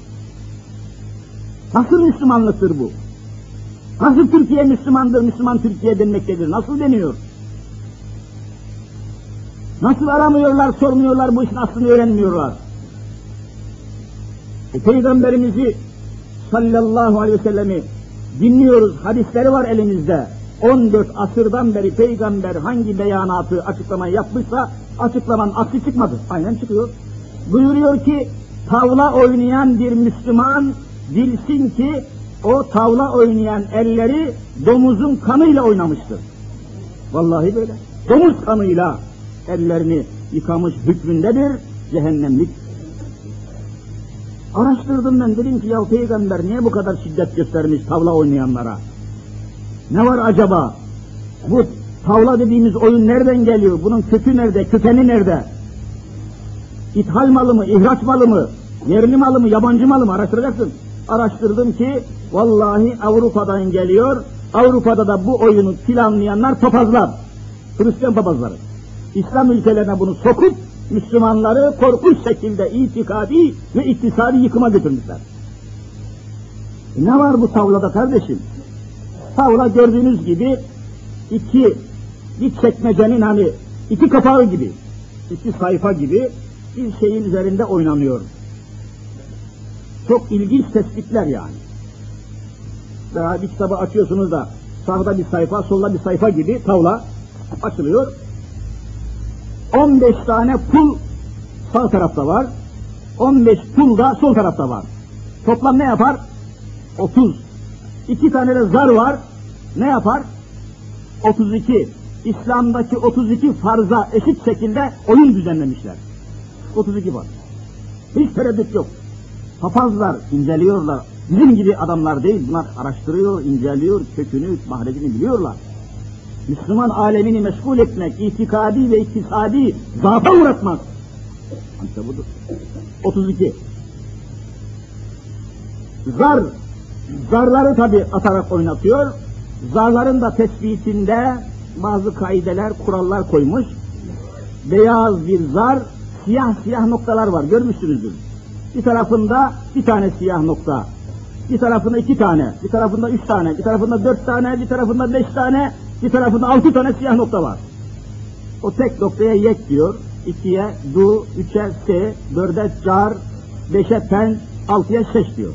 Nasıl Müslümanlıktır bu? Nasıl Türkiye Müslümandır, Müslüman Türkiye denmektedir? Nasıl deniyor? Nasıl aramıyorlar, sormuyorlar, bu işin aslını öğrenmiyorlar? E, Peygamberimizi sallallahu aleyhi ve sellemi dinliyoruz, hadisleri var elimizde. on dört asırdan beri Peygamber hangi beyanatı, açıklamayı yapmışsa açıklamanın aksi çıkmadı. Aynen çıkıyor. Buyuruyor ki, tavla oynayan bir Müslüman bilsin ki o tavla oynayan elleri domuzun kanıyla oynamıştır. Vallahi böyle. Domuz kanıyla ellerini yıkamış hükmündedir, cehennemlik. Araştırdım ben, dedim ki ya Peygamber niye bu kadar şiddet göstermiş tavla oynayanlara? Ne var acaba? Bu tavla dediğimiz oyun nereden geliyor? Bunun kökü nerede? Kökeni nerede? İthal malı mı? İhraç malı mı? Yerli malı mı? Yabancı malı mı? Araştıracaksın. Araştırdım ki vallahi Avrupa'dan geliyor. Avrupa'da da bu oyunu planlayanlar papazlar. Hristiyan papazları. İslam ülkelerine bunu sokup Müslümanları korkunç şekilde itikadi ve iktisadi yıkıma götürmüşler. E ne var bu tavlada kardeşim? Tavla gördüğünüz gibi iki, bir çekmecenin hani iki kapağı gibi, iki sayfa gibi bir şeyin üzerinde oynanıyor. Çok ilginç tespitler yani. Daha bir kitabı açıyorsunuz da sağda bir sayfa, solda bir sayfa gibi tavla açılıyor. on beş tane pul sağ tarafta var, on beş pul da sol tarafta var. Toplam ne yapar? otuz. İki tane de zar var, ne yapar? otuz iki. İslam'daki otuz iki farza eşit şekilde oyun düzenlemişler. otuz iki var. Hiç tereddüt yok. Papazlar inceliyorlar. Bizim gibi adamlar değil, bunlar araştırıyor, inceliyor, kökünü, mahrecini biliyorlar. Müslüman alemini meşgul etmek, itikadi ve iktisadi zaafa uğratmak. İşte budur. otuz iki. Zar, zarları tabi atarak oynatıyor. Zarların da tespitinde bazı kaideler, kurallar koymuş. beyaz bir zar, siyah siyah noktalar var, görmüşsünüzdür. Bir tarafında bir tane siyah nokta, bir tarafında iki tane, bir tarafında üç tane, bir tarafında dört tane, bir tarafında beş tane, bir tarafında altı tane siyah nokta var. O tek noktaya yek diyor, ikiye du, üçe se, dörde car, beşe pen, altıya şeş diyor.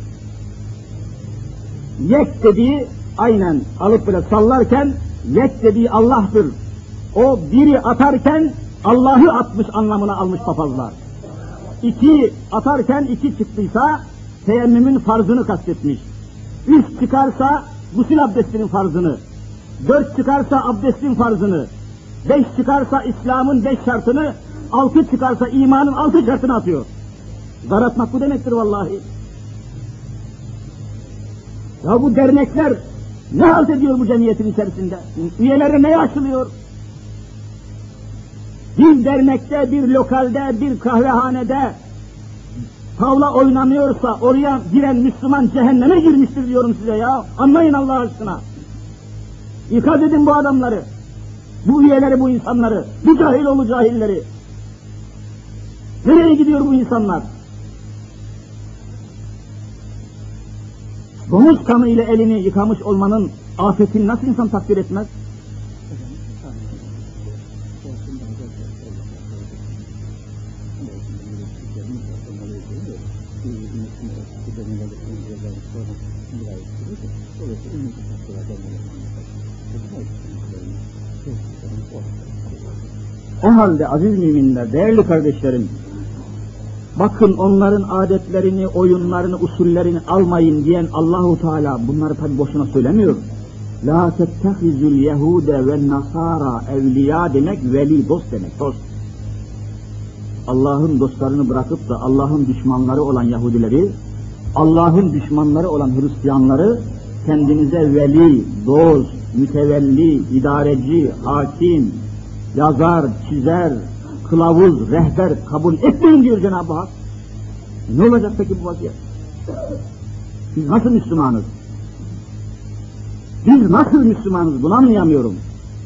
Yek dediği aynen alıp böyle sallarken yek dediği Allah'tır. O biri atarken Allah'ı atmış anlamına almış papazlar. İki atarken iki çıktıysa teyemmümün farzını kastetmiş. Üç çıkarsa gusül abdestinin farzını. Dört çıkarsa abdestin farzını. Beş çıkarsa İslam'ın beş şartını. Altı çıkarsa imanın altı şartını atıyor. Zar atmak bu demektir vallahi. Ya bu dernekler ne halt ediyor bu cemiyetin içerisinde? Üyeleri neye aşılıyor? Bir dernekte, bir lokalde, bir kahvehanede tavla oynanıyorsa oraya giren Müslüman cehenneme girmiştir diyorum size ya. Anlayın Allah aşkına. İkaz edin bu adamları. Bu üyeleri, bu insanları. Bu cahil oğlu cahilleri. Nereye gidiyor bu insanlar? Domuz kanı ile elini yıkamış olmanın afetini nasıl insan takdir etmez? O halde aziz müminler, değerli kardeşlerim, bakın onların adetlerini, oyunlarını, usullerini almayın diyen Allahu Teala bunları tabi boşuna söylemiyor. La tettehizul yehude ve nasara evliya demek veli, dost demek, dost. Allah'ın dostlarını bırakıp da Allah'ın düşmanları olan Yahudileri, Allah'ın düşmanları olan Hristiyanları kendinize veli, dost, mütevelli, idareci, hakim, yazar, çizer, kılavuz, rehber kabul etmeyin diyor Cenab-ı Hak. Ne olacak peki bu vaziyet? Biz nasıl Müslümanız? Biz nasıl Müslümanız? Bunu anlayamıyorum.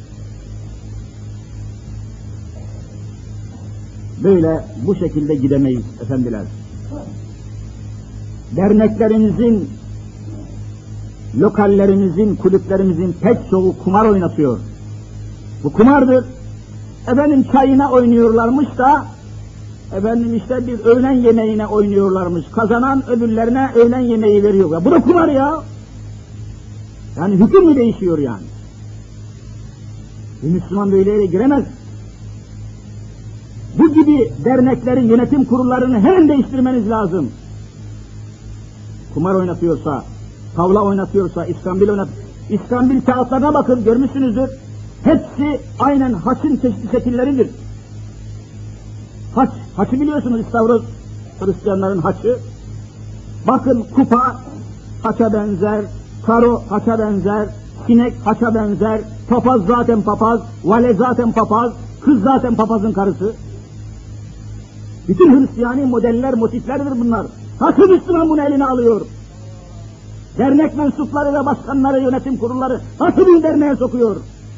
Böyle bu şekilde gidemeyiz efendiler. Derneklerimizin, lokallerimizin, kulüplerimizin pek çoğu kumar oynatıyor. Bu kumardır. Efendim çayına oynuyorlarmış da, efendim işte bir öğlen yemeğine oynuyorlarmış. Kazanan öbürlerine öğlen yemeği veriyor. Ya bu da kumar ya. Yani hüküm mü değişiyor yani? Bir Müslüman böyle yere giremez. Bu gibi derneklerin yönetim kurullarını hemen değiştirmeniz lazım. Kumar oynatıyorsa, tavla oynatıyorsa, iskambil oynat, iskambil kağıtlarına bakın, görmüşsünüzdür. Hepsi aynen haçın çeşitli şekilleridir. Haç, haçı biliyorsunuz, istavroz, Hristiyanların haçı. Bakın kupa haça benzer, karo haça benzer, sinek haça benzer, papaz zaten papaz, vale zaten papaz, kız zaten papazın karısı. Bütün Hristiyani modeller, motiflerdir bunlar. Nasıl Müslüman bunu eline alıyor? Dernek mensupları ve başkanları, yönetim kurulları nasıl bir derneğe sokuyor?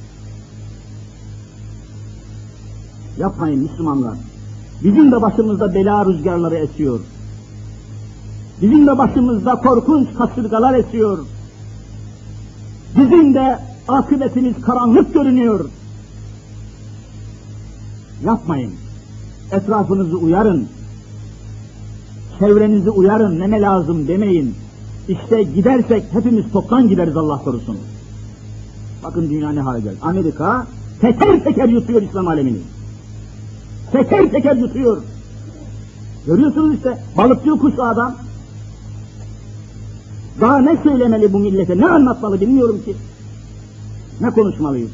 Yapmayın Müslümanlar. Bizim de başımızda bela rüzgarları esiyor. Bizim de başımızda korkunç kasırgalar esiyor. Bizim de akıbetimiz karanlık görünüyor. Yapmayın. Etrafınızı uyarın. Çevrenizi uyarın, neme lazım demeyin. İşte gidersek hepimiz toptan gideriz Allah korusun. Bakın dünya ne hale geldi. Amerika teker teker yutuyor İslam alemini. Teker teker yutuyor. Görüyorsunuz işte, balıkçı kuşu adam. Daha ne söylemeli bu millete, ne anlatmalı bilmiyorum ki. Ne konuşmalıyız?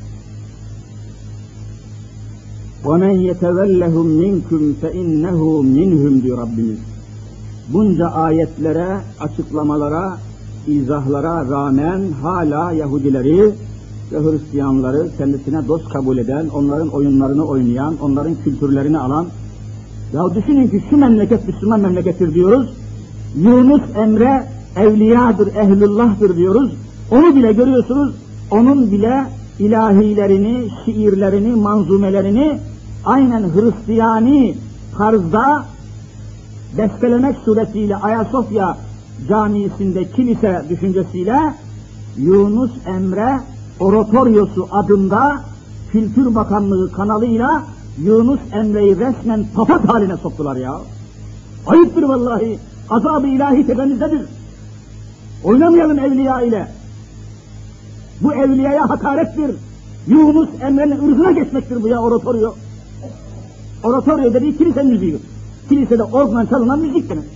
وَمَنْ يَتَوَلَّهُمْ مِنْكُمْ فَاِنَّهُ مِنْهُمْ diyor Rabbimiz. Bunca ayetlere, açıklamalara, izahlara rağmen hala Yahudileri ve Hristiyanları kendisine dost kabul eden, onların oyunlarını oynayan, onların kültürlerini alan, ya düşünün ki şu memleket Müslüman memlekettir diyoruz, Yunus Emre evliyadır, ehlullah'tır diyoruz, onu bile görüyorsunuz, onun bile ilahilerini, şiirlerini, manzumelerini aynen Hristiyani tarzda bestelemek suretiyle Ayasofya Camisi'nde kilise düşüncesiyle Yunus Emre Oratoryosu adında Kültür Bakanlığı kanalıyla Yunus Emre'yi resmen papaz haline soktular ya. Ayıptır vallahi. Azab-ı ilahi tepemizdedir. Oynamayalım evliya ile. Bu evliyaya hakarettir. Yunus Emre'nin ırzına geçmektir bu ya oratoryo. Oratoryo dediği kilise müziği. Kilisede orgla çalınan müzik demek.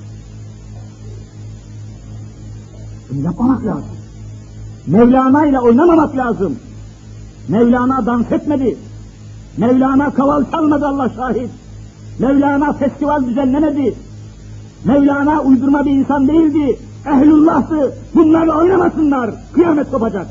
Bunu yapmamak lazım. Mevlana ile oynamamak lazım. Mevlana dans etmedi. Mevlana kaval çalmadı, Allah şahit. Mevlana festival düzenlemedi. Mevlana uydurma bir insan değildi. Ehlullah'tı. Bunlarla oynamasınlar. Kıyamet kopacak.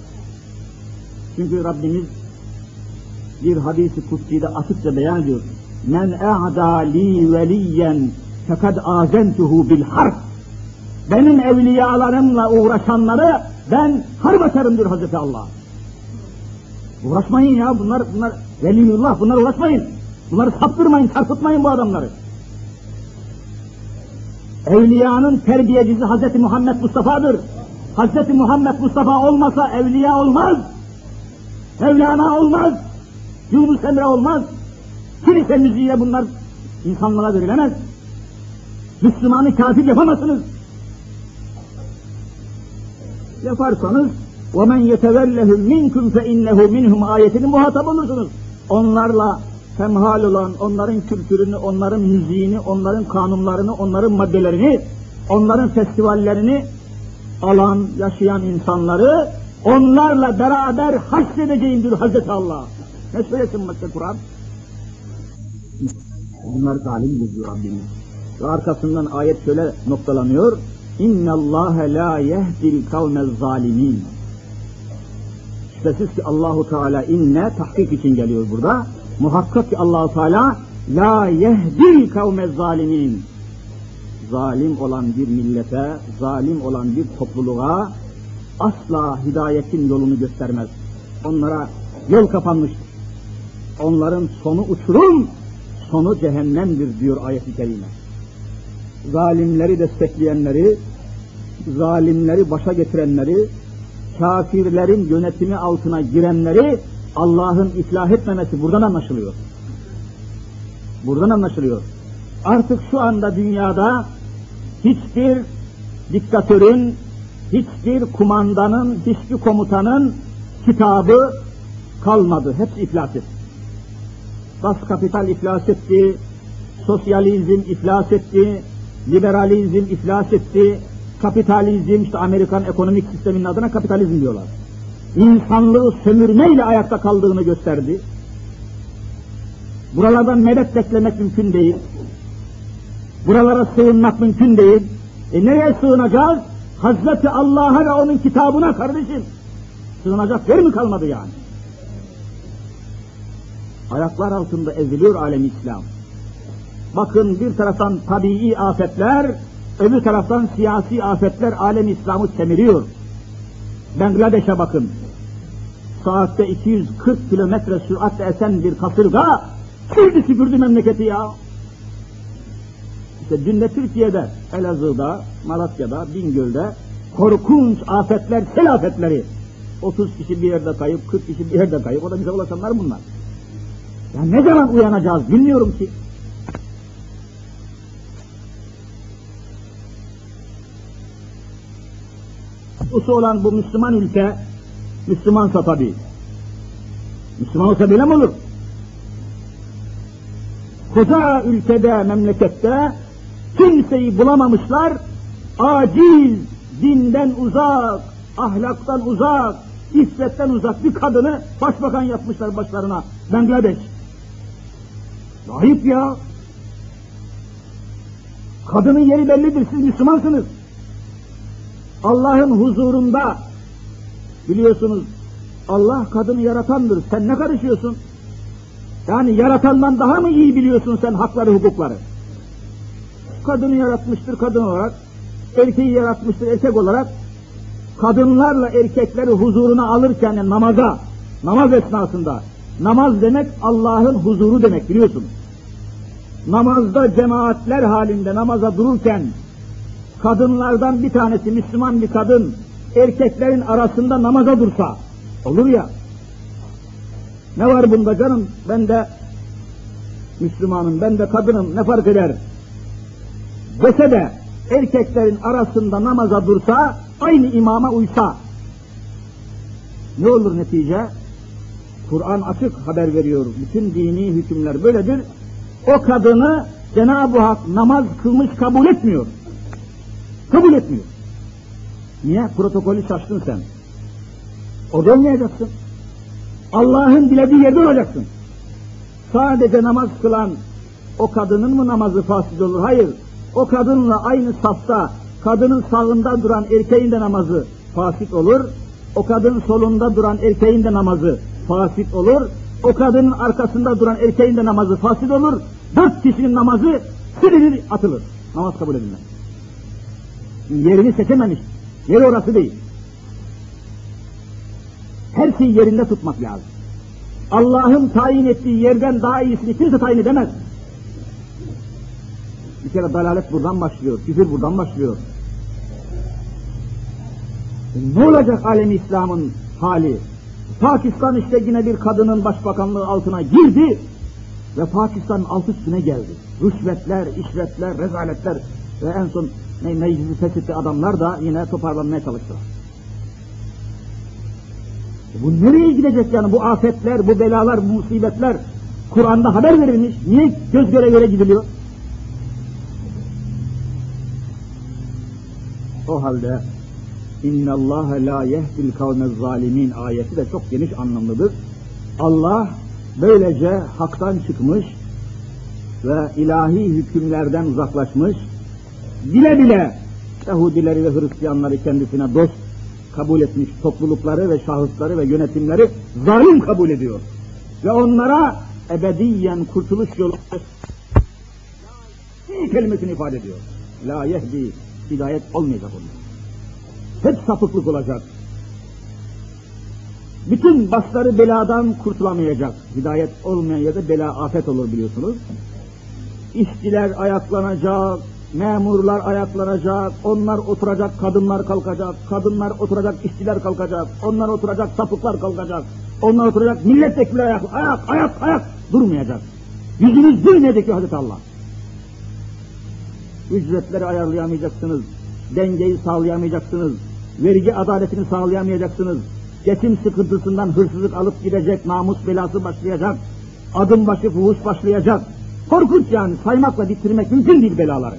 Çünkü Rabbimiz bir hadis-i kutsi'de açıkça beyan ediyor. Men e'da li veliyen fekad azentuhu bil harb. Benim evliyalarımla uğraşanları ben harp açarım diyor Hazreti Allah. Uğraşmayın ya, bunlar bunlar veliyullah, bunlar uğraşmayın. Bunları saptırmayın, çarpıtmayın bu adamları. Evliyanın terbiyecisi Hazreti Muhammed Mustafa'dır. Hazreti Muhammed Mustafa olmasa evliya olmaz. Mevlana olmaz. Yunus Emre olmaz. Kilise müziğiyle bunlar insanlara verilemez. Müslümanı kafir yapamazsınız. Yaparsanız وَمَنْ يَتَوَلَّهُمْ مِنْكُمْ فَاِنَّهُ مِنْهُمْ ayetinin muhatap olursunuz. Onlarla temhal olan, onların kültürünü, onların müziğini, onların kanunlarını, onların maddelerini, onların festivallerini alan, yaşayan insanları onlarla beraber haşredeceğim diyor Hazreti Allah. Ne söylesin başka Kur'an? Bunlar zalimdir diyor Rabbimiz. Ve arkasından ayet şöyle noktalanıyor. اِنَّ اللّٰهَ لَا يَهْدِي الْكَوْمَ الظَّالِمِينَ. Şüphesiz ki Allahu Teala inne tahkik için geliyor burada. Muhakkak ki Allahu Teala la yehdil kavme zalimin. Zalim olan bir millete, zalim olan bir topluluğa asla hidayetin yolunu göstermez. Onlara yol kapanmıştır. Onların sonu uçurum, sonu cehennemdir diyor ayet-i kerime. Zalimleri destekleyenleri, zalimleri başa getirenleri, kafirlerin yönetimi altına girenleri Allah'ın iflah etmemesi buradan anlaşılıyor. Buradan anlaşılıyor. Artık şu anda dünyada hiçbir diktatörün, hiçbir kumandanın, hiçbir komutanın kitabı kalmadı. Hepsi iflas etti. Das Kapital iflas etti, sosyalizm iflas etti, liberalizm iflas etti, kapitalizm, işte Amerikan ekonomik sisteminin adına kapitalizm diyorlar. İnsanlığı sömürmeyle ayakta kaldığını gösterdi. Buralardan medet beklemek mümkün değil. Buralara sığınmak mümkün değil. E nereye sığınacağız? Hazreti Allah'a ve onun kitabına kardeşim. Sığınacak yer mi kalmadı yani? Ayaklar altında eziliyor alem İslam. Bakın bir taraftan tabii afetler, öbür taraftan siyasi afetler alem İslam'ı semiriyor. Bangladeş'e bakın. Saatte iki yüz kırk kilometre süratle esen bir kasırga sürdü süpürdü memleketi ya. İşte dün de Türkiye'de, Elazığ'da, Malatya'da, Bingöl'de korkunç afetler, sel afetleri. otuz kişi bir yerde kayıp, kırk kişi bir yerde kayıp. O da bize ulaşanlar bunlar. Ya ne zaman uyanacağız bilmiyorum ki. Usu olan bu Müslüman ülke, Müslümansa tabii. Müslüman olsa bile mi olur? Koca ülkede, memlekette kimseyi bulamamışlar, aciz, dinden uzak, ahlaktan uzak, iffetten uzak bir kadını başbakan yapmışlar başlarına, Bangladeş. Ayıp ya! Kadının yeri bellidir, siz Müslümansınız. Allah'ın huzurunda, biliyorsunuz, Allah kadını yaratandır, sen ne karışıyorsun? Yani yaratandan daha mı iyi biliyorsun sen hakları, hukukları? Kadını yaratmıştır kadın olarak, erkeği yaratmıştır erkek olarak, kadınlarla erkekleri huzuruna alırken yani namaza, namaz esnasında Namaz demek Allah'ın huzuru demek, biliyorsun. Namazda cemaatler halinde namaza dururken kadınlardan bir tanesi, Müslüman bir kadın, erkeklerin arasında namaza dursa olur ya. Ne var bunda canım? Ben de Müslümanım, ben de kadınım, ne fark eder? Dese de erkeklerin arasında namaza dursa, aynı imama uysa, ne olur netice? Kur'an açık haber veriyor. Bütün dini hükümler böyledir. O kadını Cenab-ı Hak namaz kılmış kabul etmiyor. Kabul etmiyor. Niye? Protokolü şaştın sen. Orada olmayacaksın. Allah'ın dilediği yerde olacaksın. Sadece namaz kılan o kadının mı namazı fasid olur? Hayır. O kadınla aynı safta kadının sağında duran erkeğin de namazı fasit olur. O kadının solunda duran erkeğin de namazı fasit olur. O kadının arkasında duran erkeğin de namazı fasit olur. Dört kişinin namazı silinir, atılır. Namaz kabul edilmez. Yerini seçememiş. Yeri orası değil. Her şeyi yerinde tutmak lazım. Allah'ın tayin ettiği yerden daha iyisini kimse tayin edemez. Bir kere dalalet buradan başlıyor, küfür buradan başlıyor. E ne olacak alem-i İslam'ın hali? Pakistan işte yine bir kadının başbakanlığı altına girdi ve Pakistan'ın alt üstüne geldi. Rüşvetler, işvetler, rezaletler ve en son ne, meclisi feshetli adamlar da yine toparlanmaya çalıştılar. E bu nereye gidecek yani? Bu afetler, bu belalar, bu musibetler Kur'an'da haber verilmiş. Niye göz göre göre gidiliyor? O halde İnne Allah la yehdil kavmez zalimin ayeti de çok geniş anlamlıdır. Allah böylece haktan çıkmış ve ilahi hükümlerden uzaklaşmış, bile bile Yahudileri ve Hristiyanları kendisine dost kabul etmiş toplulukları ve şahısları ve yönetimleri zalim kabul ediyor. Ve onlara ebediyen kurtuluş yolu kelimesini ifade ediyor. La yehdi, hidayet olmayacak onlar. Hep sapıklık olacak. Bütün başları beladan kurtulamayacak. Hidayet olmayan yerde bela afet olur biliyorsunuz. İşçiler ayaklanacak, memurlar ayaklanacak, onlar oturacak, kadınlar kalkacak, kadınlar oturacak, işçiler kalkacak, onlar oturacak, sapıklar kalkacak, onlar oturacak, milletvekilleri ayak, ayak, ayak, ayak durmayacak. Yüzünüz gülmeyecek ki Hazreti Allah. Ücretleri ayarlayamayacaksınız, dengeyi sağlayamayacaksınız, vergi adaletini sağlayamayacaksınız, geçim sıkıntısından hırsızlık alıp gidecek, namus belası başlayacak, adım başı fuhuş başlayacak. Korkunç yani, saymakla bitirmek mümkün değil belaları.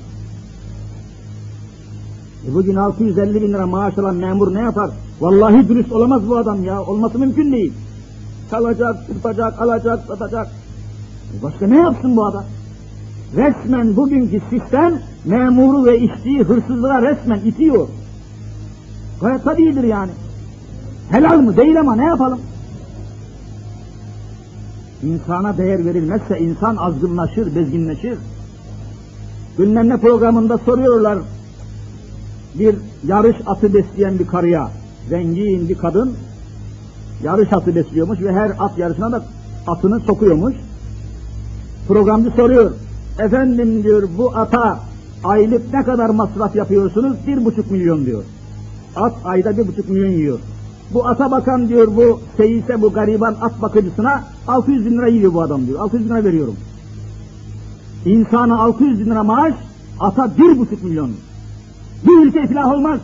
E bugün altı yüz elli bin lira maaş alan memur ne yapar? Vallahi dürüst olamaz bu adam ya, olması mümkün değil. Çalacak, tutacak, alacak, satacak. E başka ne yapsın bu adam? Resmen bugünkü sistem memuru ve işçiyi hırsızlığa resmen itiyor. Gayet tabiidir yani. Helal mı? Değil ama ne yapalım? İnsana değer verilmezse insan azgınlaşır, bezginleşir. Bilmem ne programında soruyorlar bir yarış atı besleyen bir karıya, zengin bir kadın yarış atı besliyormuş ve her at yarışına da atını sokuyormuş. Programcı soruyor, efendim diyor, bu ata aylık ne kadar masraf yapıyorsunuz? Bir buçuk milyon diyor. At ayda bir buçuk milyon yiyor. Bu ata bakan diyor, bu seyise, bu gariban at bakıcısına altı yüz bin lira yiyor bu adam diyor. altı yüz bin lira veriyorum. İnsana altı yüz bin lira maaş, ata bir buçuk milyon. Bu ülke iflah olmaz.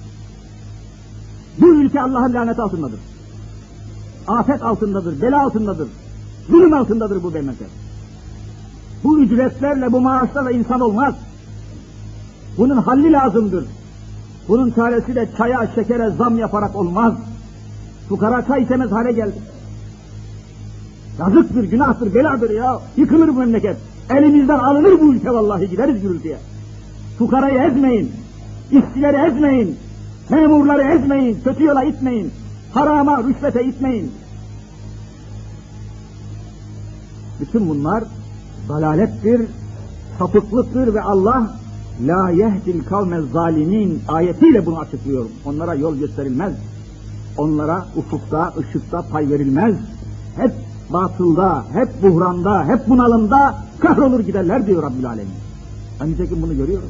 Bu ülke Allah'ın laneti altındadır. Afet altındadır, bela altındadır. Zulüm altındadır bu memleket. Bu ücretlerle, bu maaşlarla insan olmaz. Bunun halli lazımdır. Bunun çaresi de çaya, şekere zam yaparak olmaz. Fukara çay içemez hale geldi. Yazıktır, günahtır, beladır ya. Yıkılır bu memleket. Elimizden alınır bu ülke vallahi, gideriz gürültüye. Fukarayı ezmeyin, işçileri ezmeyin, memurları ezmeyin, kötü yola itmeyin, harama, rüşvete itmeyin. Bütün bunlar dalalettir, sapıklıktır ve Allah la yehdil kavmez zalimin ayetiyle bunu açıklıyor. Onlara yol gösterilmez. Onlara ufukta, ışıkta pay verilmez. Hep batılda, hep buhranda, hep bunalımda kahrolur giderler diyor Rabbül Alemin. Hani nitekim bunu görüyoruz.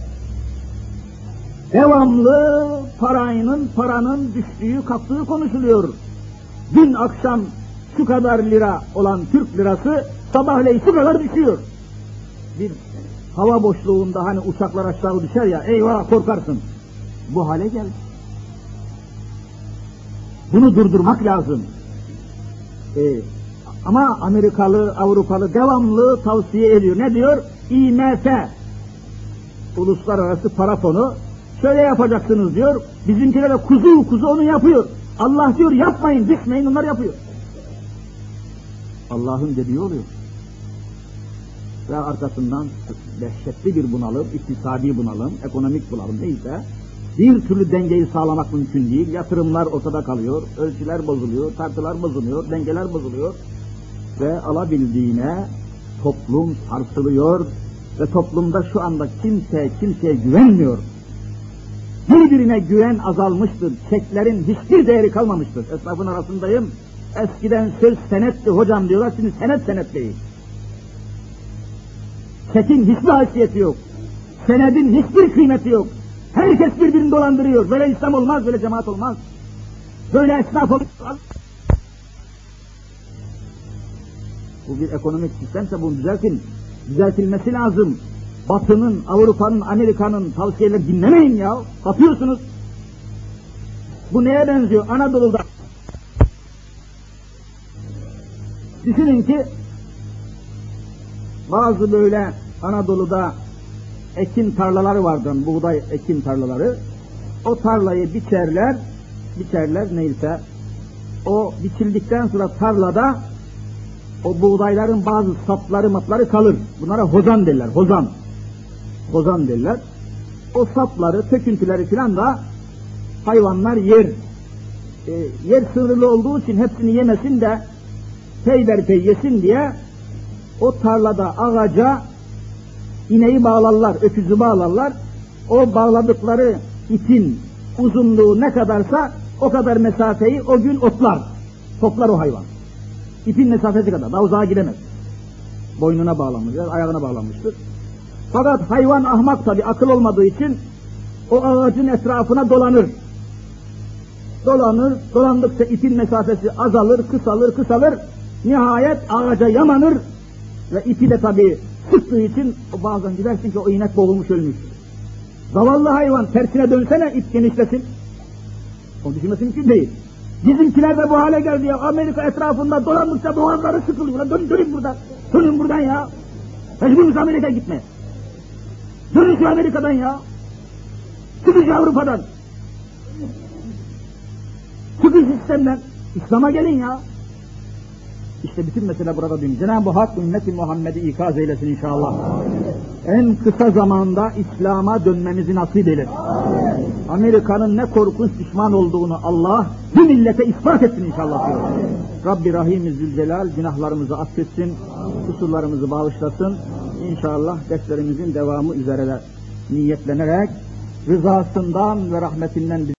Devamlı parayının, paranın düştüğü, kalktığı konuşuluyor. Dün akşam şu kadar lira olan Türk lirası sabahleyin şu kadar düşüyor. Bir hava boşluğunda hani uçaklar aşağı düşer ya, eyvah korkarsın. Bu hale geldi. Bunu durdurmak lazım. Ee, ama Amerikalı, Avrupalı devamlı tavsiye ediyor. Ne diyor? I M F, Uluslararası Para Fonu, şöyle yapacaksınız diyor. Bizimkiler de kuzu kuzu onu yapıyor. Allah diyor yapmayın, düşmeyin, onlar yapıyor. Allah'ın dediği oluyor. Ve arkasından dehşetli bir bunalım, iktisadi bunalım, ekonomik bunalım neyse, bir türlü dengeyi sağlamak mümkün değil. Yatırımlar ortada kalıyor, ölçüler bozuluyor, tartılar bozuluyor, dengeler bozuluyor. Ve alabildiğine toplum sarsılıyor ve toplumda şu anda kimse kimseye güvenmiyor. Birbirine güven azalmıştır, çeklerin hiçbir değeri kalmamıştır. Esnafın arasındayım, eskiden söz senetti hocam diyorlar, şimdi senet senet değil. Çekin hiçbir haysiyeti yok, senedin hiçbir kıymeti yok. Herkes birbirini dolandırıyor, böyle İslam olmaz, böyle cemaat olmaz. Böyle esnaf olmaz. Bu bir ekonomik sistemse bunu düzeltin, düzeltilmesi lazım. Batı'nın, Avrupa'nın, Amerika'nın tavsiyeleri dinlemeyin ya, satıyorsunuz. Bu neye benziyor? Anadolu'da. Düşünün ki, bazı böyle Anadolu'da ekin tarlaları vardı, buğday ekin tarlaları. O tarlayı biçerler, biçerler neyse, o biçildikten sonra tarlada o buğdayların bazı sapları mapları kalır. Bunlara hozan derler, hozan. Hozan derler. O sapları, töküntüleri filan da hayvanlar yer. E, yer sınırlı olduğu için hepsini yemesin de peyderpey yesin diye o tarlada ağaca ineği bağlarlar, öküzü bağlarlar. O bağladıkları ipin uzunluğu ne kadarsa o kadar mesafeyi o gün otlar. Toplar o hayvan. İpin mesafesi kadar, daha uzağa gidemez. Boynuna bağlanmıştır, ayağına bağlanmıştır. Fakat hayvan ahmak tabi, akıl olmadığı için o ağacın etrafına dolanır. Dolanır, dolandıkça ipin mesafesi azalır, kısalır, kısalır. Nihayet ağaca yamanır ve ipi de tabi sıktığı için bazen gidersin ki o inek boğulmuş ölmüş. Zavallı hayvan tersine dönsene ip genişlesin. Onu düşünmesi mümkün değil. Bizimkiler de bu hale geldi ya. Amerika etrafında dolandıkça boğazları sıkılıyor. Dön, dönün buradan. Dönün buradan ya. Mecburuz Amerika'ya gitmeye. Dönün şu Amerika'dan ya. Çıkın şu Avrupa'dan. Çıkın sistemden. İslam'a gelin ya. İşte bütün mesele burada dönüyor. Cenab-ı Hak ümmeti Muhammed'i ikaz eylesin inşallah. En kısa zamanda İslam'a dönmemizi nasip eylesin. Amerika'nın ne korkunç düşman olduğunu Allah bu millete ispat etsin inşallah diyor. Rabbi Rahim-i Zülcelal günahlarımızı affetsin, kusurlarımızı bağışlasın. İnşallah derslerimizin devamı üzere niyetlenerek rızasından ve rahmetinden